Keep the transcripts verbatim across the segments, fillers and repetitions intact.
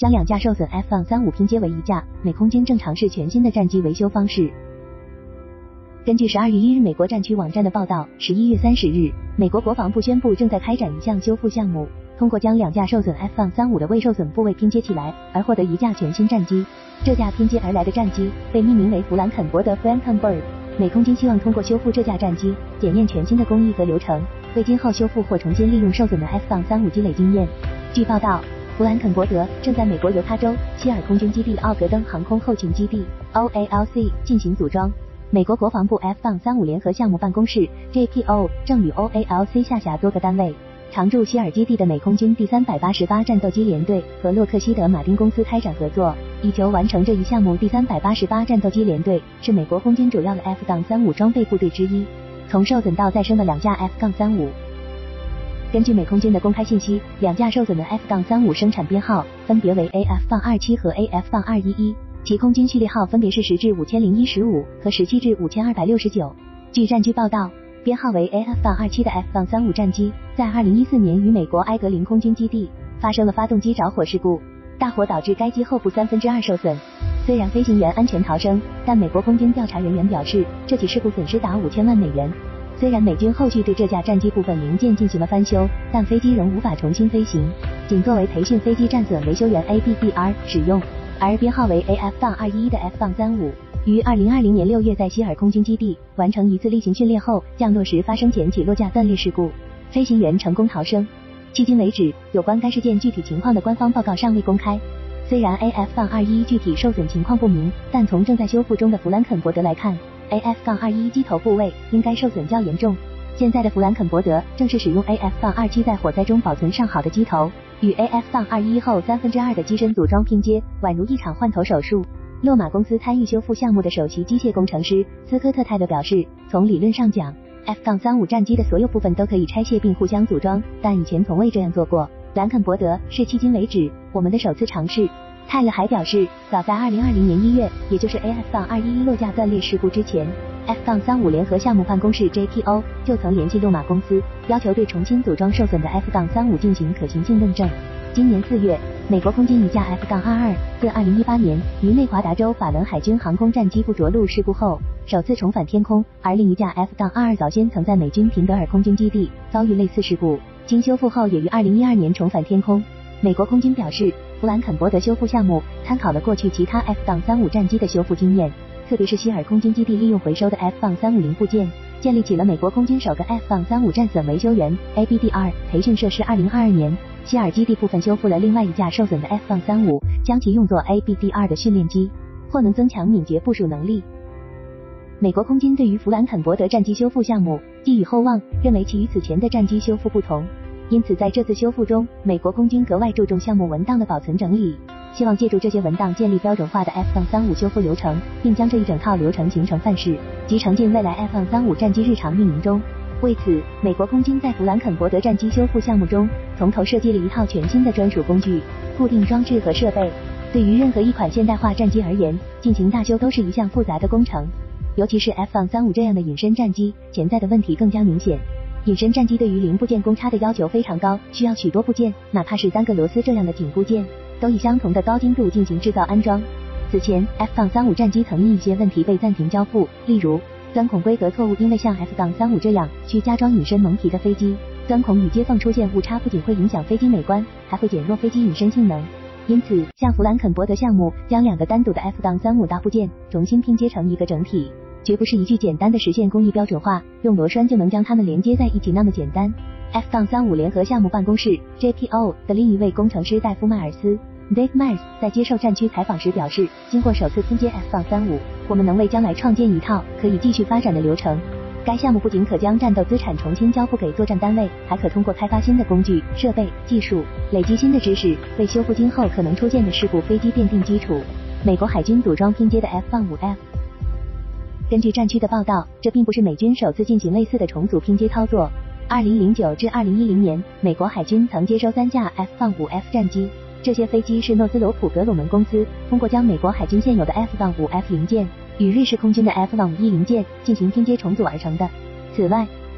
将两架受损 F 三五拼接为一架，美空军正尝试全新的战机维修方式。根据十二月一日美国战区网站的报道，十一月三十日，美国国防部宣布正在开展一项修复项目，通过将两架受损 F 三五的未受损部位拼接起来，而获得一架全新战机。这架拼接而来的战机被命名为弗兰肯伯德 Frankenberg。美空军希望通过修复这架战机，检验全新的工艺和流程，为今后修复或重新利用受损的 F 三五积累经验。据报道，弗兰肯伯德正在美国犹他州希尔空军基地奥格登航空后勤基地 O A L C 进行组装。美国国防部 F 三五联合项目办公室 J P O 正与 O A L C 下辖多个单位、常驻希尔基地的美空军第三百八十八战斗机联队和洛克希德马丁公司开展合作，以求完成这一项目。第三百八十八战斗机联队是美国空军主要的 F 三五装备部队之一，从受损到再生的两架 F 三五。根据美空军的公开信息，两架受损的 F 三五生产编号分别为 A F 二七和 A F 二一一，其空军序列号分别是十至五千零一十五和十七至五千二百六十九。据战区报道，编号为 A F 二七的 F 三五战机在二零一四年与美国埃格林空军基地发生了发动机着火事故，大火导致该机后部三分之二受损。虽然飞行员安全逃生，但美国空军调查人员表示，这起事故损失达五千万美元。虽然美军后续对这架战机部分零件进行了翻修，但飞机仍无法重新飞行，仅作为培训飞机战损维修员 A B D R 使用。而编号为 A F 二一一的 F 三五于二零二零年六月在希尔空军基地完成一次例行训练后，降落时发生前起落架断裂事故，飞行员成功逃生。迄今为止，有关该事件具体情况的官方报告尚未公开。虽然 A F 二一一具体受损情况不明，但从正在修复中的弗兰肯伯德来看， A F 二一一机头部位应该受损较严重。现在的弗兰肯伯德正是使用 A F 二七在火灾中保存上好的机头，与 A F 二一一后三分之二的机身组装拼接，宛如一场换头手术。洛马公司参与修复项目的首席机械工程师斯科特泰勒表示，从理论上讲 F 三五战机的所有部分都可以拆卸并互相组装，但以前从未这样做过。兰肯伯德是迄今为止我们的首次尝试。泰勒还表示，早在二零二零年一月，也就是 A F 二一一落架断裂事故之前， F 三五联合项目办公室 J P O 就曾联系洛马公司，要求对重新组装受损的 F 三五进行可行性论证。今年四月，美国空军一架 F 二二自二零一八年于内华达州法伦海军航空战机不着陆事故后首次重返天空，而另一架 F 二二早先曾在美军平德尔空军基地遭遇类似事故，经修复后也于二零一二年重返天空。美国空军表示，弗兰肯伯德修复项目参考了过去其他 F 三五战机的修复经验，特别是希尔空军基地利用回收的 F 三五零部件，建立起了美国空军首个 F 三五战损维修员 A B D R 培训设施。二零二二年，希尔基地部分修复了另外一架受损的 F 三五，将其用作 A B D R 的训练机，或能增强敏捷部署能力。美国空军对于弗兰肯伯德战机修复项目寄予厚望，认为其与此前的战机修复不同。因此在这次修复中，美国空军格外注重项目文档的保存整理，希望借助这些文档建立标准化的 F 三五修复流程，并将这一整套流程形成范式，即呈进未来 F 三五战机日常运营中。为此，美国空军在弗兰肯伯德战机修复项目中，从头设计了一套全新的专属工具、固定装置和设备。对于任何一款现代化战机而言，进行大修都是一项复杂的工程，尤其是 F 三五这样的隐身战机，潜在的问题更加明显。隐身战机对于零部件公差的要求非常高，需要许多部件，哪怕是单个螺丝这样的紧部件，都以相同的高精度进行制造安装。此前 F 三五战机曾因一些问题被暂停交付，例如钻孔规格错误，因为像 F 三五这样需加装隐身蒙皮的飞机，钻孔与接缝出现误差不仅会影响飞机美观，还会减弱飞机隐身性能。因此，像弗兰肯伯德项目将两个单独的 F 三五大部件重新拼接成一个整体，绝不是一句简单的实现工艺标准化，用螺栓就能将它们连接在一起那么简单。F 三五联合项目办公室 J P O 的另一位工程师戴夫迈尔斯 Dave Myers 在接受战区采访时表示，经过首次拼接 F 三五，我们能为将来创建一套可以继续发展的流程。该项目不仅可将战斗资产重新交付给作战单位，还可通过开发新的工具、设备、技术，累积新的知识，为修复今后可能出现的事故飞机奠定基础。美国海军组装拼接的 F 五 F。根据战区的报道，这并不是美军首次进行类似的重组拼接操作。二零零九至二零一零年，美国海军曾接收三架 F 五 F 战机，这些飞机是诺斯罗普格鲁门公司通过将美国海军现有的 F 五 F 零件与瑞士空军的 F 五 E 零件进行拼接重组而成的。此外，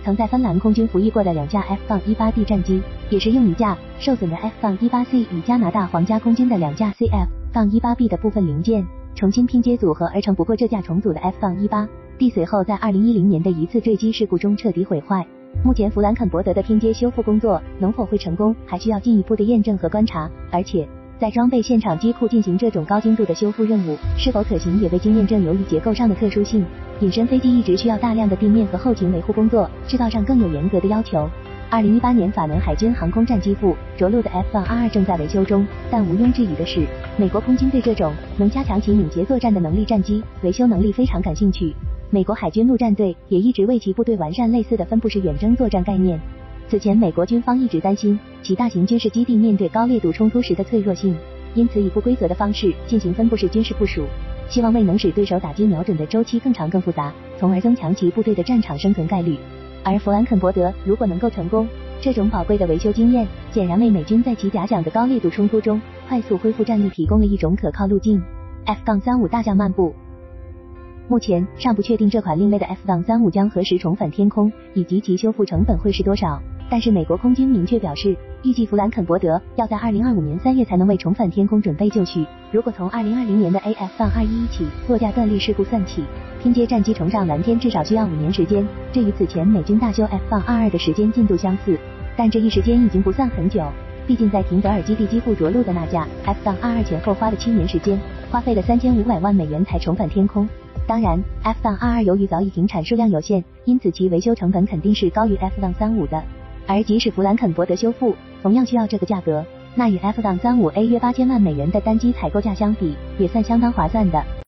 曾在芬兰空军服役过的两架 F 十八 D 战机，也是用一架受损的 F 十八 C 与加拿大皇家空军的两架 C F 十八 B 的部分零件重新拼接组合而成。不过这架重组的 F 十八 D 随后在二零一零年的一次坠机事故中彻底毁坏。目前弗兰肯伯德的拼接修复工作能否会成功，还需要进一步的验证和观察，而且在装备现场机库进行这种高精度的修复任务是否可行也未经验证。由于结构上的特殊性，隐身飞机一直需要大量的地面和后勤维护工作，制造上更有严格的要求。二零一八年法伦海军航空战机副着陆的 F 十二 正在维修中，但毋庸置疑的是，美国空军对这种能加强其敏捷作战的能力战机维修能力非常感兴趣。美国海军陆战队也一直为其部队完善类似的分布式远征作战概念。此前美国军方一直担心其大型军事基地面对高烈度冲突时的脆弱性，因此以不规则的方式进行分布式军事部署，希望未能使对手打击瞄准的周期更长更复杂，从而增强其部队的战场生存概率。而弗兰肯伯德如果能够成功，这种宝贵的维修经验显然为美军在其假想的高烈度冲突中快速恢复战力提供了一种可靠路径。F 十三大象漫步。目前尚不确定这款另类的 F 十三将何时重返天空，以及其修复成本会是多少。但是美国空军明确表示，预计弗兰肯伯德要在二零二五年三月才能为重返天空准备就绪。如果从二零二零年的 A F 二十一起落架断裂事故算起，拼接战机重上蓝天至少需要五年时间，这与此前美军大修 F 二十二的时间进度相似。但这一时间已经不算很久，毕竟在廷德尔基地几乎着陆的那架 F 二十二前后花了七年时间，花费了三千五百万美元才重返天空。当然 F 二十二由于早已停产数量有限，因此其维修成本肯定是高于 F 三十五的。而即使弗兰肯伯德修复同样需要这个价格，那与 F 三十五 A 约八千万美元的单机采购价相比，也算相当划算的。